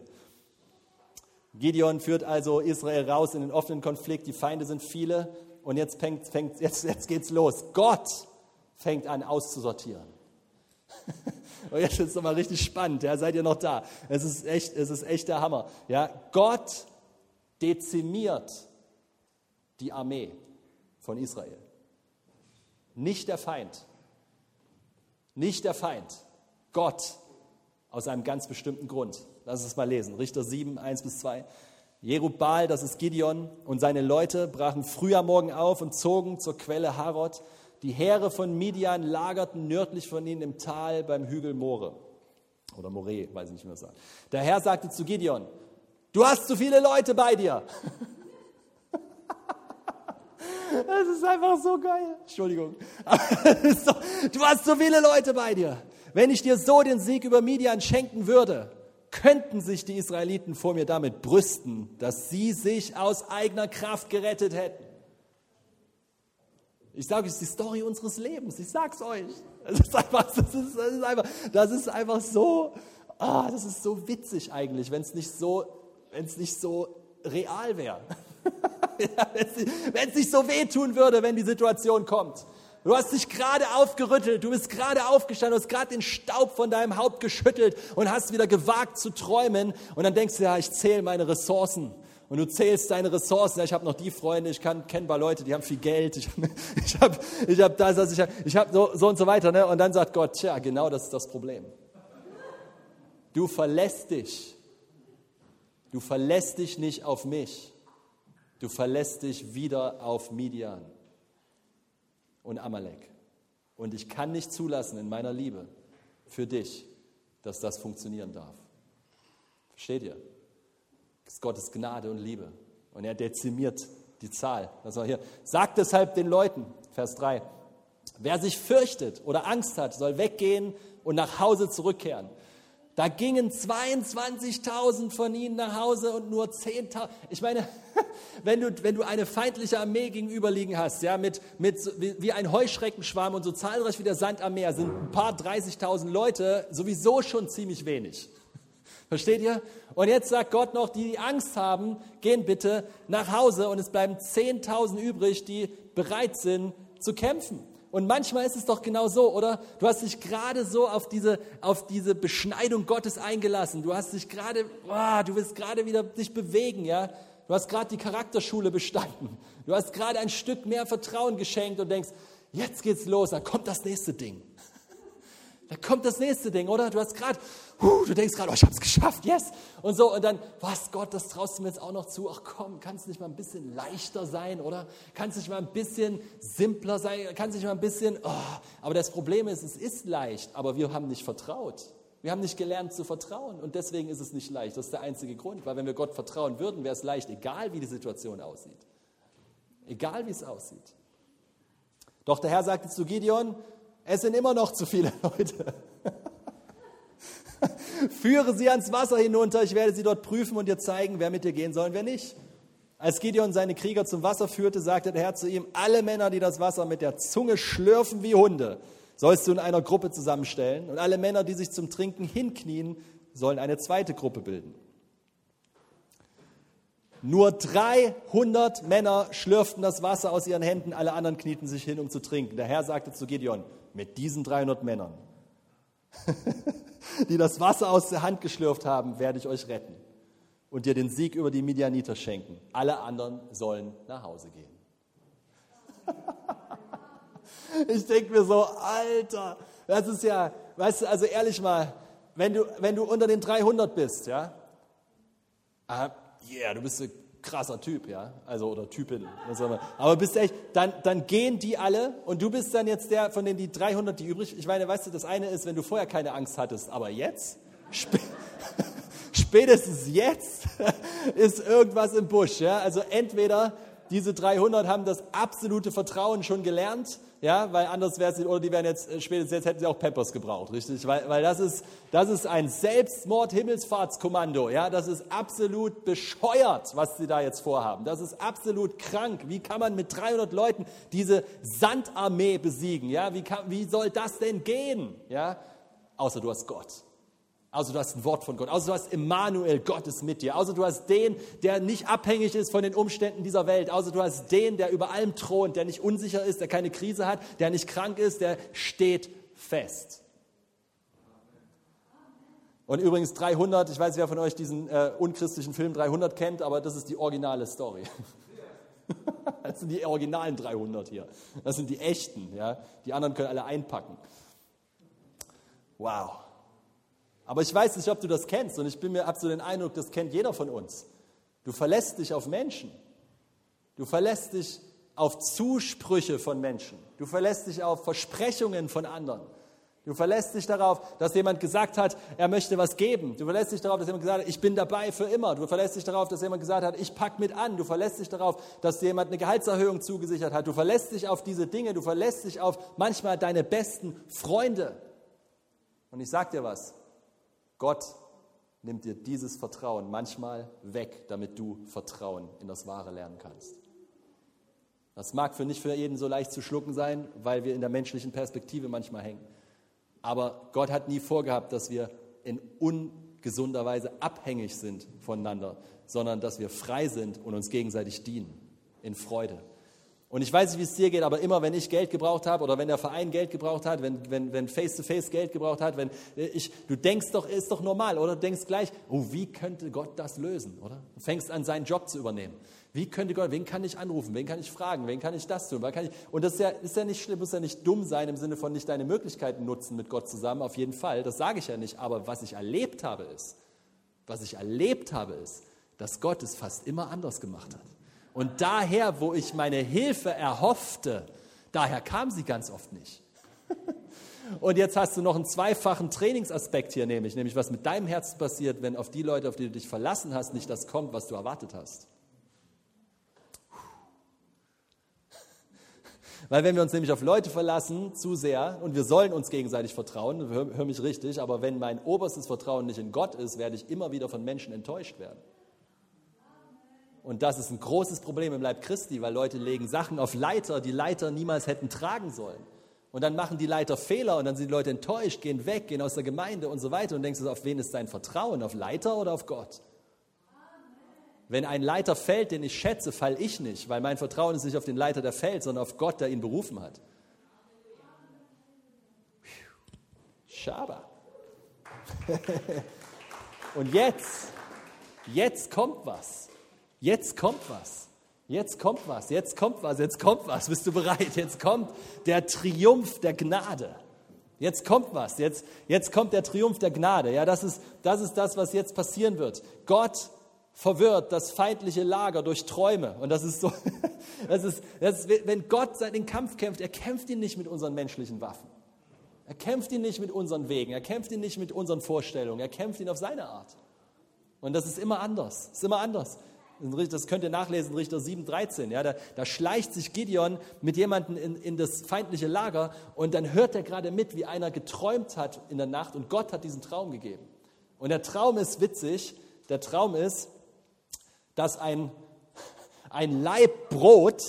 Gideon führt also Israel raus in den offenen Konflikt. Die Feinde sind viele. Und jetzt geht's los. Gott fängt an auszusortieren. Und jetzt ist es nochmal richtig spannend. Ja, seid ihr noch da? Es ist echt der Hammer. Ja, Gott dezimiert die Armee von Israel. Nicht der Feind. Nicht der Feind. Gott aus einem ganz bestimmten Grund. Lass uns mal lesen. Richter 7, 1-2. Jerubbaal, das ist Gideon, und seine Leute brachen früh am Morgen auf und zogen zur Quelle Harod. Die Heere von Midian lagerten nördlich von ihnen im Tal beim Hügel More. Oder Moreh, weiß ich nicht, wie man das sagt. Der Herr sagte zu Gideon, du hast zu viele Leute bei dir. Das ist einfach so geil. Entschuldigung. Du hast so viele Leute bei dir. Wenn ich dir so den Sieg über Midian schenken würde, könnten sich die Israeliten vor mir damit brüsten, dass sie sich aus eigener Kraft gerettet hätten. Ich sage euch, es ist die Story unseres Lebens. Ich sag's euch. Das ist einfach so, das ist so witzig eigentlich, wenn es nicht so real wäre. Wenn es nicht so wehtun würde, wenn die Situation kommt. Du hast dich gerade aufgerüttelt, du bist gerade aufgestanden, du hast gerade den Staub von deinem Haupt geschüttelt und hast wieder gewagt zu träumen. Und dann denkst du, ja, ich zähle meine Ressourcen. Und du zählst deine Ressourcen. Ja, ich habe noch die Freunde, ich kenne ein paar Leute, die haben viel Geld. Ich habe das, ich habe so und so weiter. Ne? Und dann sagt Gott, tja, genau das ist das Problem. Du verlässt dich. Du verlässt dich nicht auf mich. Du verlässt dich wieder auf Midian und Amalek. Und ich kann nicht zulassen in meiner Liebe für dich, dass das funktionieren darf. Versteht ihr? Das ist Gottes Gnade und Liebe. Und er dezimiert die Zahl. Also hier, sagt deshalb den Leuten, Vers 3, wer sich fürchtet oder Angst hat, soll weggehen und nach Hause zurückkehren. Da gingen 22.000 von ihnen nach Hause und nur 10.000. Ich meine, wenn du eine feindliche Armee gegenüberliegen hast, ja, wie ein Heuschreckenschwarm und so zahlreich wie der Sand am Meer, sind ein paar 30.000 Leute sowieso schon ziemlich wenig. Versteht ihr? Und jetzt sagt Gott noch, die Angst haben, gehen bitte nach Hause und es bleiben 10.000 übrig, die bereit sind zu kämpfen. Und manchmal ist es doch genau so, oder? Du hast dich gerade so auf diese Beschneidung Gottes eingelassen. Du hast dich gerade, du willst gerade wieder dich bewegen, ja? Du hast gerade die Charakterschule bestanden. Du hast gerade ein Stück mehr Vertrauen geschenkt und denkst, jetzt geht's los, dann kommt das nächste Ding. Da kommt das nächste Ding, oder? Du hast gerade, du denkst gerade, ich habe es geschafft, yes. Und so, und dann, was Gott, das traust du mir jetzt auch noch zu. Ach komm, kann es nicht mal ein bisschen leichter sein, oder? Kann es nicht mal ein bisschen simpler sein? Kann es nicht mal ein bisschen, Aber das Problem ist, es ist leicht, aber wir haben nicht vertraut. Wir haben nicht gelernt zu vertrauen und deswegen ist es nicht leicht. Das ist der einzige Grund, weil wenn wir Gott vertrauen würden, wäre es leicht, egal wie die Situation aussieht. Egal wie es aussieht. Doch der Herr sagte zu Gideon, es sind immer noch zu viele Leute. Führe sie ans Wasser hinunter, ich werde sie dort prüfen und dir zeigen, wer mit dir gehen soll und wer nicht. Als Gideon seine Krieger zum Wasser führte, sagte der Herr zu ihm, alle Männer, die das Wasser mit der Zunge schlürfen wie Hunde, sollst du in einer Gruppe zusammenstellen und alle Männer, die sich zum Trinken hinknien, sollen eine zweite Gruppe bilden. Nur 300 Männer schlürften das Wasser aus ihren Händen, alle anderen knieten sich hin, um zu trinken. Der Herr sagte zu Gideon, mit diesen 300 Männern, die das Wasser aus der Hand geschlürft haben, werde ich euch retten und dir den Sieg über die Midianiter schenken. Alle anderen sollen nach Hause gehen. Ich denke mir so, Alter, das ist ja, weißt du, also ehrlich mal, wenn du unter den 300 bist, ja, du bist ein krasser Typ, ja, also oder Typin, was auch immer. Aber bist echt, dann gehen die alle und du bist dann jetzt der von denen die 300, die übrig. Ich meine, weißt du, das eine ist, wenn du vorher keine Angst hattest, aber jetzt, spätestens jetzt ist irgendwas im Busch, ja. Also entweder diese 300 haben das absolute Vertrauen schon gelernt, ja, weil anders wäre es, oder die wären jetzt, spätestens jetzt hätten sie auch Pampers gebraucht, richtig? Weil das ist ein Selbstmord-Himmelfahrtskommando, ja, das ist absolut bescheuert, was sie da jetzt vorhaben. Das ist absolut krank. Wie kann man mit 300 Leuten diese Sandarmee besiegen, ja? Wie soll das denn gehen, ja? Außer du hast Gott. Also du hast ein Wort von Gott, also du hast Immanuel, Gott ist mit dir, also du hast den, der nicht abhängig ist von den Umständen dieser Welt, also du hast den, der über allem thront, der nicht unsicher ist, der keine Krise hat, der nicht krank ist, der steht fest. Und übrigens 300, ich weiß nicht, wer von euch diesen unchristlichen Film 300 kennt, aber das ist die originale Story. Das sind die originalen 300 hier, das sind die echten, ja? Die anderen können alle einpacken. Wow. Aber ich weiß nicht, ob du das kennst und ich habe so den Eindruck, das kennt jeder von uns. Du verlässt dich auf Menschen. Du verlässt dich auf Zusprüche von Menschen. Du verlässt dich auf Versprechungen von anderen. Du verlässt dich darauf, dass jemand gesagt hat, er möchte was geben. Du verlässt dich darauf, dass jemand gesagt hat, ich bin dabei für immer. Du verlässt dich darauf, dass jemand gesagt hat, ich packe mit an. Du verlässt dich darauf, dass jemand eine Gehaltserhöhung zugesichert hat. Du verlässt dich auf diese Dinge. Du verlässt dich auf manchmal deine besten Freunde. Und ich sage dir was, Gott nimmt dir dieses Vertrauen manchmal weg, damit du Vertrauen in das Wahre lernen kannst. Das mag nicht für jeden so leicht zu schlucken sein, weil wir in der menschlichen Perspektive manchmal hängen. Aber Gott hat nie vorgehabt, dass wir in ungesunder Weise abhängig sind voneinander, sondern dass wir frei sind und uns gegenseitig dienen, in Freude. Und ich weiß nicht, wie es dir geht, aber immer, wenn ich Geld gebraucht habe oder wenn der Verein Geld gebraucht hat, wenn Face-to-Face Geld gebraucht hat, du denkst doch, ist doch normal, oder? Du denkst gleich, oh, wie könnte Gott das lösen, oder? Du fängst an, seinen Job zu übernehmen. Wie könnte Gott, wen kann ich anrufen, wen kann ich fragen, wen kann ich das tun? Und das ist ja nicht schlimm, muss ja nicht dumm sein im Sinne von nicht deine Möglichkeiten nutzen mit Gott zusammen, auf jeden Fall, das sage ich ja nicht. Aber was ich erlebt habe ist, dass Gott es fast immer anders gemacht hat. Und daher, wo ich meine Hilfe erhoffte, daher kam sie ganz oft nicht. Und jetzt hast du noch einen zweifachen Trainingsaspekt hier, nämlich was mit deinem Herzen passiert, wenn auf die Leute, auf die du dich verlassen hast, nicht das kommt, was du erwartet hast. Weil wenn wir uns nämlich auf Leute verlassen, zu sehr, und wir sollen uns gegenseitig vertrauen, hör mich richtig, aber wenn mein oberstes Vertrauen nicht in Gott ist, werde ich immer wieder von Menschen enttäuscht werden. Und das ist ein großes Problem im Leib Christi, weil Leute legen Sachen auf Leiter, die Leiter niemals hätten tragen sollen. Und dann machen die Leiter Fehler und dann sind die Leute enttäuscht, gehen weg, gehen aus der Gemeinde und so weiter. Und denkst du, auf wen ist dein Vertrauen? Auf Leiter oder auf Gott? Wenn ein Leiter fällt, den ich schätze, falle ich nicht, weil mein Vertrauen ist nicht auf den Leiter, der fällt, sondern auf Gott, der ihn berufen hat. Schaba. Und jetzt kommt was. Jetzt kommt was. Bist du bereit? Jetzt kommt der Triumph der Gnade. Jetzt kommt was. Jetzt kommt der Triumph der Gnade. Ja, das ist das, was jetzt passieren wird. Gott verwirrt das feindliche Lager durch Träume. Und das ist so, wenn Gott den Kampf kämpft, er kämpft ihn nicht mit unseren menschlichen Waffen. Er kämpft ihn nicht mit unseren Wegen. Er kämpft ihn nicht mit unseren Vorstellungen. Er kämpft ihn auf seine Art. Und das ist immer anders. Das könnt ihr nachlesen, Richter 7,13. Ja, da schleicht sich Gideon mit jemandem in das feindliche Lager und dann hört er gerade mit, wie einer geträumt hat in der Nacht und Gott hat diesen Traum gegeben. Und der Traum ist witzig. Der Traum ist, dass ein Laib Brot,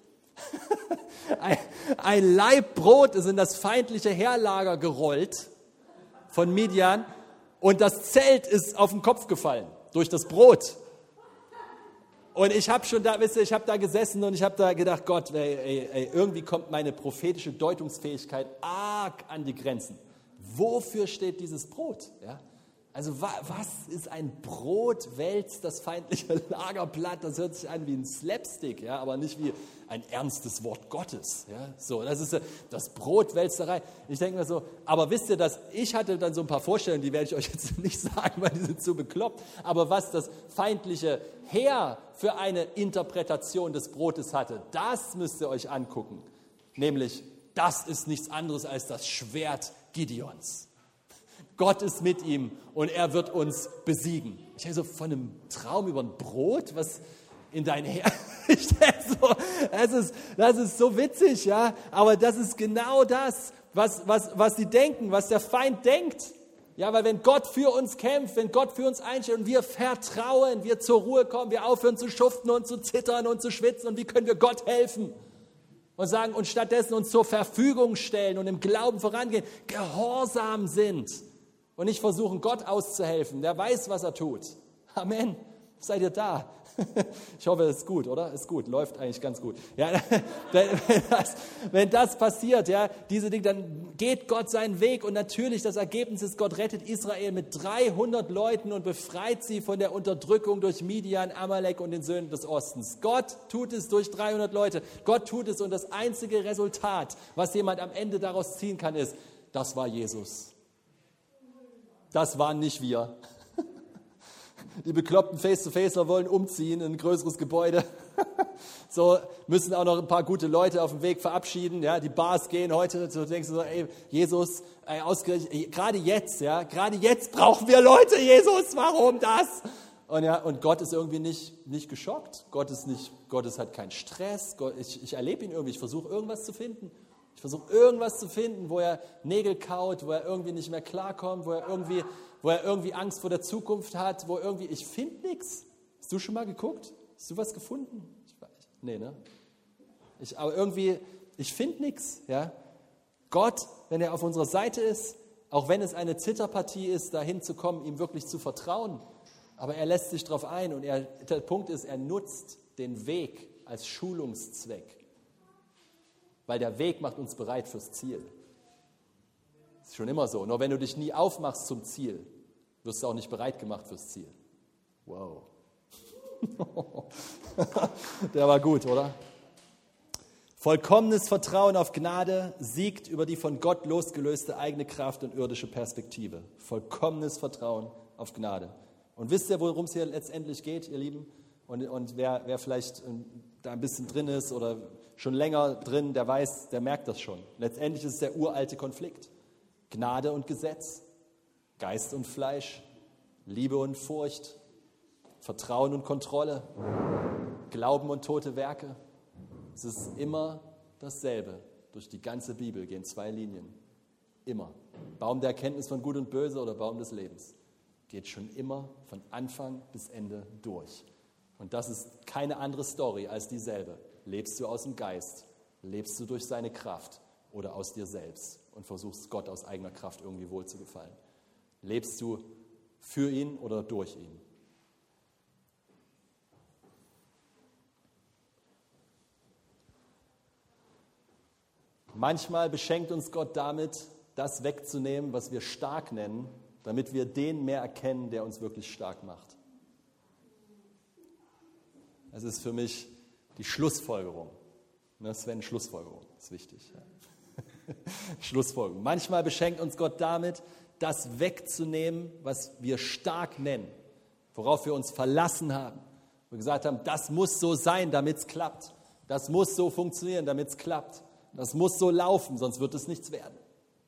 ein Laib Brot ist in das feindliche Heerlager gerollt von Midian und das Zelt ist auf den Kopf gefallen durch das Brot. Und ich habe da gesessen und ich habe da gedacht, Gott, irgendwie kommt meine prophetische Deutungsfähigkeit arg an die Grenzen. Wofür steht dieses Brot? Ja? Also was ist ein Brot, wälzt das feindliche Lager platt? Das hört sich an wie ein Slapstick, ja, aber nicht wie ein ernstes Wort Gottes. Ja? So, das ist das Brotwälzerei. Ich denke mir so, aber wisst ihr, ich hatte dann so ein paar Vorstellungen, die werde ich euch jetzt nicht sagen, weil die sind zu bekloppt. Aber was das feindliche Heer für eine Interpretation des Brotes hatte, das müsst ihr euch angucken. Nämlich, das ist nichts anderes als das Schwert Gideons. Gott ist mit ihm und er wird uns besiegen. Ich denke so, von einem Traum über ein Brot, was in dein Herz... Ich denke so, das ist so witzig, ja. Aber das ist genau das, was sie denken, was der Feind denkt. Ja, weil wenn Gott für uns kämpft, wenn Gott für uns einsteht und wir vertrauen, wir zur Ruhe kommen, wir aufhören zu schuften und zu zittern und zu schwitzen und wie können wir Gott helfen? Und sagen und stattdessen uns zur Verfügung stellen und im Glauben vorangehen, gehorsam sind. Und nicht versuchen, Gott auszuhelfen. Der weiß, was er tut. Amen. Seid ihr da? Ich hoffe, es ist gut, oder? Ist gut, läuft eigentlich ganz gut. Ja, wenn das passiert, ja, diese Dinge, dann geht Gott seinen Weg. Und natürlich, das Ergebnis ist, Gott rettet Israel mit 300 Leuten und befreit sie von der Unterdrückung durch Midian, Amalek und den Söhnen des Ostens. Gott tut es durch 300 Leute. Gott tut es und das einzige Resultat, was jemand am Ende daraus ziehen kann, ist, das war Jesus. Das waren nicht wir. Die bekloppten Face-to-Facer wollen umziehen in ein größeres Gebäude. So müssen auch noch ein paar gute Leute auf dem Weg verabschieden. Ja, die Bars gehen heute. So denkst du so, ey, Jesus, ausgerechnet, gerade jetzt brauchen wir Leute, Jesus, warum das? Und Gott ist irgendwie nicht geschockt. Gott hat keinen Stress. Ich erlebe ihn irgendwie. Ich versuche irgendwas zu finden. Wo er Nägel kaut, wo er irgendwie nicht mehr klarkommt, wo er irgendwie Angst vor der Zukunft hat, ich finde nichts. Hast du schon mal geguckt? Hast du was gefunden? Nee, ne? Ich finde nichts. Ja? Gott, wenn er auf unserer Seite ist, auch wenn es eine Zitterpartie ist, dahin zu kommen, ihm wirklich zu vertrauen, aber er lässt sich darauf ein und der Punkt ist, er nutzt den Weg als Schulungszweck. Weil der Weg macht uns bereit fürs Ziel. Das ist schon immer so. Nur wenn du dich nie aufmachst zum Ziel, wirst du auch nicht bereit gemacht fürs Ziel. Wow. Der war gut, oder? Vollkommenes Vertrauen auf Gnade siegt über die von Gott losgelöste eigene Kraft und irdische Perspektive. Vollkommenes Vertrauen auf Gnade. Und wisst ihr, worum es hier letztendlich geht, ihr Lieben? Und wer vielleicht da ein bisschen drin ist oder schon länger drin, der merkt das schon. Letztendlich ist es der uralte Konflikt. Gnade und Gesetz, Geist und Fleisch, Liebe und Furcht, Vertrauen und Kontrolle, Glauben und tote Werke. Es ist immer dasselbe. Durch die ganze Bibel gehen 2 Linien. Immer. Baum der Erkenntnis von Gut und Böse oder Baum des Lebens. Geht schon immer von Anfang bis Ende durch. Und das ist keine andere Story als dieselbe. Lebst du aus dem Geist? Lebst du durch seine Kraft oder aus dir selbst und versuchst Gott aus eigener Kraft irgendwie wohlzugefallen? Lebst du für ihn oder durch ihn? Manchmal beschenkt uns Gott damit, das wegzunehmen, was wir stark nennen, damit wir den mehr erkennen, der uns wirklich stark macht. Das ist für mich die Schlussfolgerung. Sven, Schlussfolgerung ist wichtig. Ja. Schlussfolgerung. Manchmal beschenkt uns Gott damit, das wegzunehmen, was wir stark nennen, worauf wir uns verlassen haben. Wir gesagt haben, das muss so sein, damit es klappt. Das muss so funktionieren, damit es klappt. Das muss so laufen, sonst wird es nichts werden.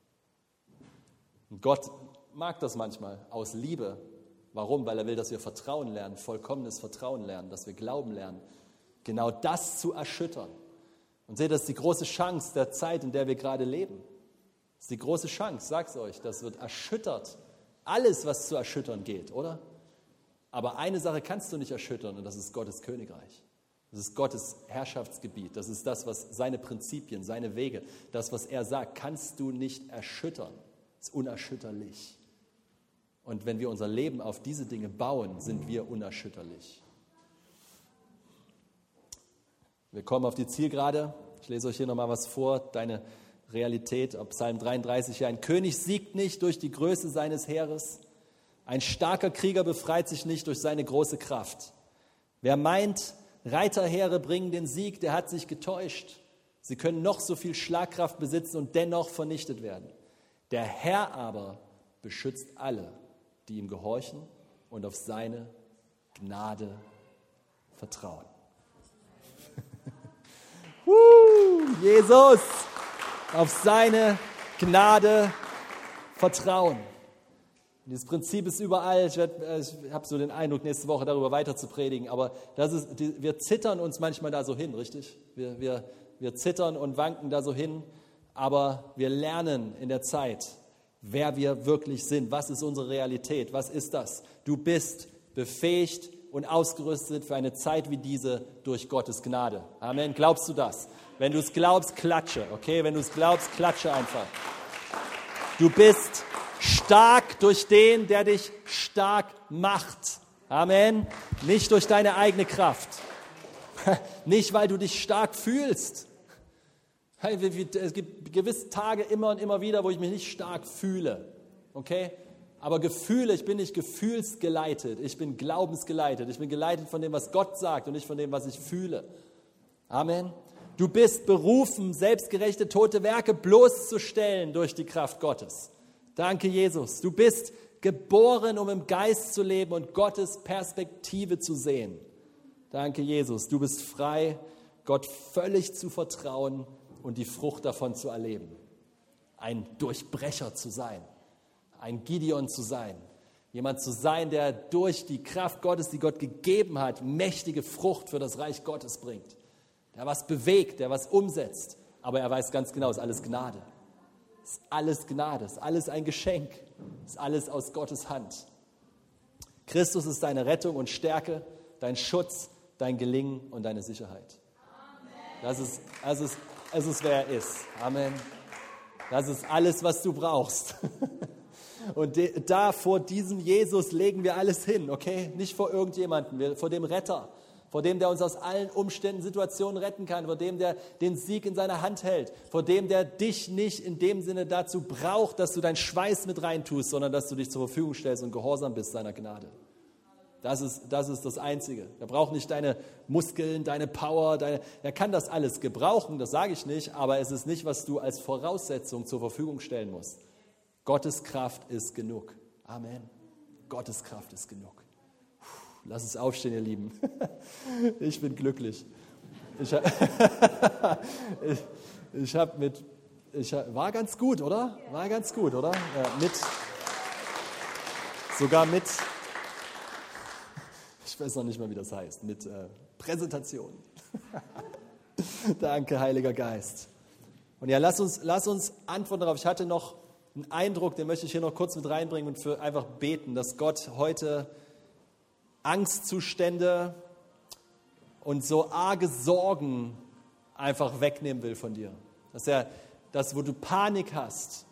Und Gott mag das manchmal aus Liebe. Warum? Weil er will, dass wir Vertrauen lernen, vollkommenes Vertrauen lernen, dass wir Glauben lernen. Genau das zu erschüttern. Und seht, das ist die große Chance der Zeit, in der wir gerade leben. Das ist die große Chance, sag's euch, das wird erschüttert. Alles, was zu erschüttern geht, oder? Aber eine Sache kannst du nicht erschüttern und das ist Gottes Königreich. Das ist Gottes Herrschaftsgebiet. Das ist das, was seine Prinzipien, seine Wege, das, was er sagt, kannst du nicht erschüttern. Das ist unerschütterlich. Und wenn wir unser Leben auf diese Dinge bauen, sind wir unerschütterlich. Wir kommen auf die Zielgerade. Ich lese euch hier nochmal was vor, deine Realität. Psalm 33, ja, ein König siegt nicht durch die Größe seines Heeres. Ein starker Krieger befreit sich nicht durch seine große Kraft. Wer meint, Reiterheere bringen den Sieg, der hat sich getäuscht. Sie können noch so viel Schlagkraft besitzen und dennoch vernichtet werden. Der Herr aber beschützt alle, die ihm gehorchen und auf seine Gnade vertrauen. Jesus, auf seine Gnade vertrauen. Und dieses Prinzip ist überall. Ich habe so den Eindruck, nächste Woche darüber weiter zu predigen, aber wir zittern uns manchmal da so hin, richtig? Wir zittern und wanken da so hin, aber wir lernen in der Zeit, wer wir wirklich sind. Was ist unsere Realität? Was ist das? Du bist befähigt und ausgerüstet für eine Zeit wie diese durch Gottes Gnade. Amen. Glaubst du das? Wenn du es glaubst, klatsche. Okay, wenn du es glaubst, klatsche einfach. Du bist stark durch den, der dich stark macht. Amen. Nicht durch deine eigene Kraft. Nicht, weil du dich stark fühlst. Es gibt gewisse Tage immer und immer wieder, wo ich mich nicht stark fühle. Okay? Aber Gefühle, ich bin nicht gefühlsgeleitet, ich bin glaubensgeleitet. Ich bin geleitet von dem, was Gott sagt und nicht von dem, was ich fühle. Amen. Du bist berufen, selbstgerechte tote Werke bloßzustellen durch die Kraft Gottes. Danke, Jesus. Du bist geboren, um im Geist zu leben und Gottes Perspektive zu sehen. Danke, Jesus. Du bist frei Gott völlig zu vertrauen und die Frucht davon zu erleben. Ein Durchbrecher zu sein, ein Gideon zu sein, jemand zu sein, der durch die Kraft Gottes, die Gott gegeben hat, mächtige Frucht für das Reich Gottes bringt, der was bewegt, der was umsetzt, aber er weiß ganz genau, es ist alles Gnade. Es ist alles Gnade, es ist alles ein Geschenk, es ist alles aus Gottes Hand. Christus ist deine Rettung und Stärke, dein Schutz, dein Gelingen und deine Sicherheit. Das ist, wer er ist. Amen. Das ist alles, was du brauchst. Und da vor diesem Jesus legen wir alles hin, okay? Nicht vor irgendjemanden, vor dem Retter, vor dem, der uns aus allen Umständen, Situationen retten kann, vor dem, der den Sieg in seiner Hand hält, vor dem, der dich nicht in dem Sinne dazu braucht, dass du deinen Schweiß mit reintust, sondern dass du dich zur Verfügung stellst und gehorsam bist seiner Gnade. Das ist das Einzige. Er braucht nicht deine Muskeln, deine Power. Er kann das alles gebrauchen, das sage ich nicht, aber es ist nicht, was du als Voraussetzung zur Verfügung stellen musst. Gottes Kraft ist genug. Amen. Gottes Kraft ist genug. Lass uns aufstehen, ihr Lieben. Ich bin glücklich. War ganz gut, oder? War ganz gut, oder? Ja, sogar mit, ich weiß noch nicht mal, wie das heißt, mit Präsentation. Danke, Heiliger Geist. Und ja, lass uns antworten darauf. Ich hatte noch einen Eindruck, den möchte ich hier noch kurz mit reinbringen und für einfach beten, dass Gott heute Angstzustände und so arge Sorgen einfach wegnehmen will von dir. Dass er das, wo du Panik hast,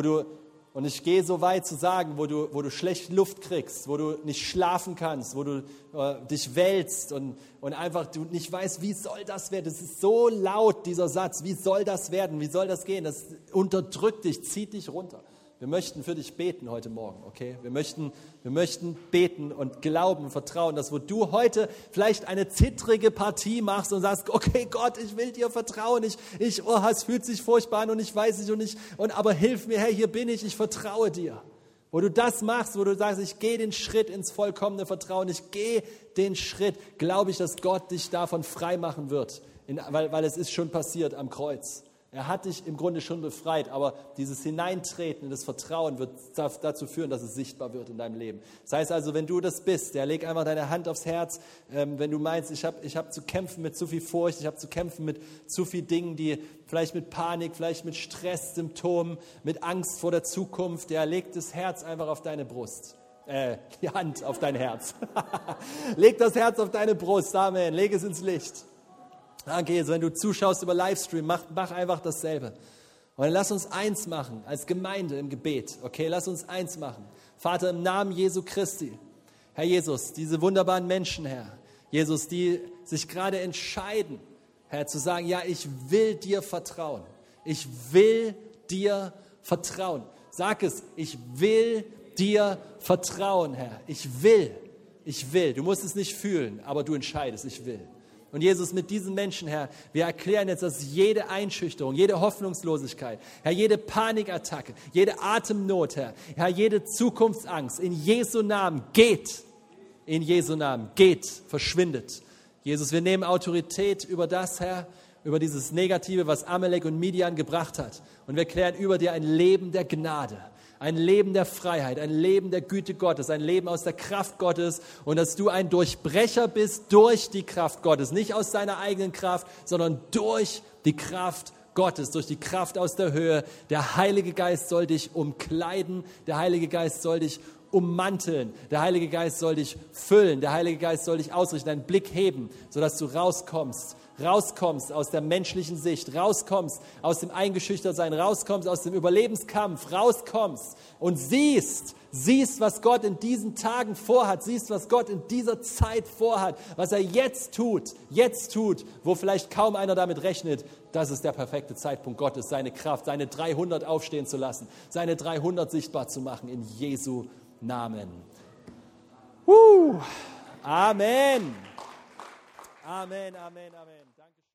und ich gehe so weit zu sagen, wo du schlecht Luft kriegst, wo du nicht schlafen kannst, wo du dich wälzt und einfach du nicht weißt, wie soll das werden? Das ist so laut, dieser Satz. Wie soll das werden? Wie soll das gehen? Das unterdrückt dich, zieht dich runter. Wir möchten für dich beten heute Morgen, okay? Wir möchten beten und glauben und vertrauen, dass wo du heute vielleicht eine zittrige Partie machst und sagst, okay Gott, ich will dir vertrauen, es fühlt sich furchtbar an und ich weiß nicht aber hilf mir, Herr, hier bin ich vertraue dir. Wo du das machst, wo du sagst, ich gehe den Schritt ins vollkommene Vertrauen, ich gehe den Schritt, glaube ich, dass Gott dich davon frei machen wird, weil es ist schon passiert am Kreuz. Er hat dich im Grunde schon befreit, aber dieses Hineintreten in das Vertrauen wird dazu führen, dass es sichtbar wird in deinem Leben. Das heißt also, wenn du das bist, leg einfach deine Hand aufs Herz, wenn du meinst, ich hab zu kämpfen mit zu viel Furcht, ich habe zu kämpfen mit zu viel Dingen, die vielleicht mit Panik, vielleicht mit Stresssymptomen, mit Angst vor der Zukunft, leg das Herz einfach auf deine Brust. Die Hand auf dein Herz. Leg das Herz auf deine Brust, Amen, leg es ins Licht. Danke, Jesus, wenn du zuschaust über Livestream, mach einfach dasselbe. Und dann lass uns eins machen, als Gemeinde im Gebet. Okay, lass uns eins machen. Vater, im Namen Jesu Christi, Herr Jesus, diese wunderbaren Menschen, Herr, Jesus, die sich gerade entscheiden, Herr, zu sagen, ja, ich will dir vertrauen. Ich will dir vertrauen. Sag es, ich will dir vertrauen, Herr. Ich will. Du musst es nicht fühlen, aber du entscheidest, ich will. Und Jesus, mit diesen Menschen, Herr, wir erklären jetzt, dass jede Einschüchterung, jede Hoffnungslosigkeit, Herr, jede Panikattacke, jede Atemnot, Herr, jede Zukunftsangst in Jesu Namen geht. In Jesu Namen geht, verschwindet. Jesus, wir nehmen Autorität über das, Herr, über dieses Negative, was Amalek und Midian gebracht hat. Und wir erklären über dir ein Leben der Gnade. Ein Leben der Freiheit, ein Leben der Güte Gottes, ein Leben aus der Kraft Gottes und dass du ein Durchbrecher bist durch die Kraft Gottes. Nicht aus deiner eigenen Kraft, sondern durch die Kraft Gottes, durch die Kraft aus der Höhe. Der Heilige Geist soll dich umkleiden, der Heilige Geist soll dich ummanteln, der Heilige Geist soll dich füllen, der Heilige Geist soll dich ausrichten, deinen Blick heben, sodass du rauskommst aus der menschlichen Sicht, rauskommst aus dem Eingeschüchtertsein, rauskommst aus dem Überlebenskampf, rauskommst und siehst, was Gott in diesen Tagen vorhat, siehst, was Gott in dieser Zeit vorhat, was er jetzt tut, wo vielleicht kaum einer damit rechnet. Das ist der perfekte Zeitpunkt Gottes, seine Kraft, seine 300 aufstehen zu lassen, seine 300 sichtbar zu machen in Jesu Namen. Amen. Amen, Amen, Amen. Danke.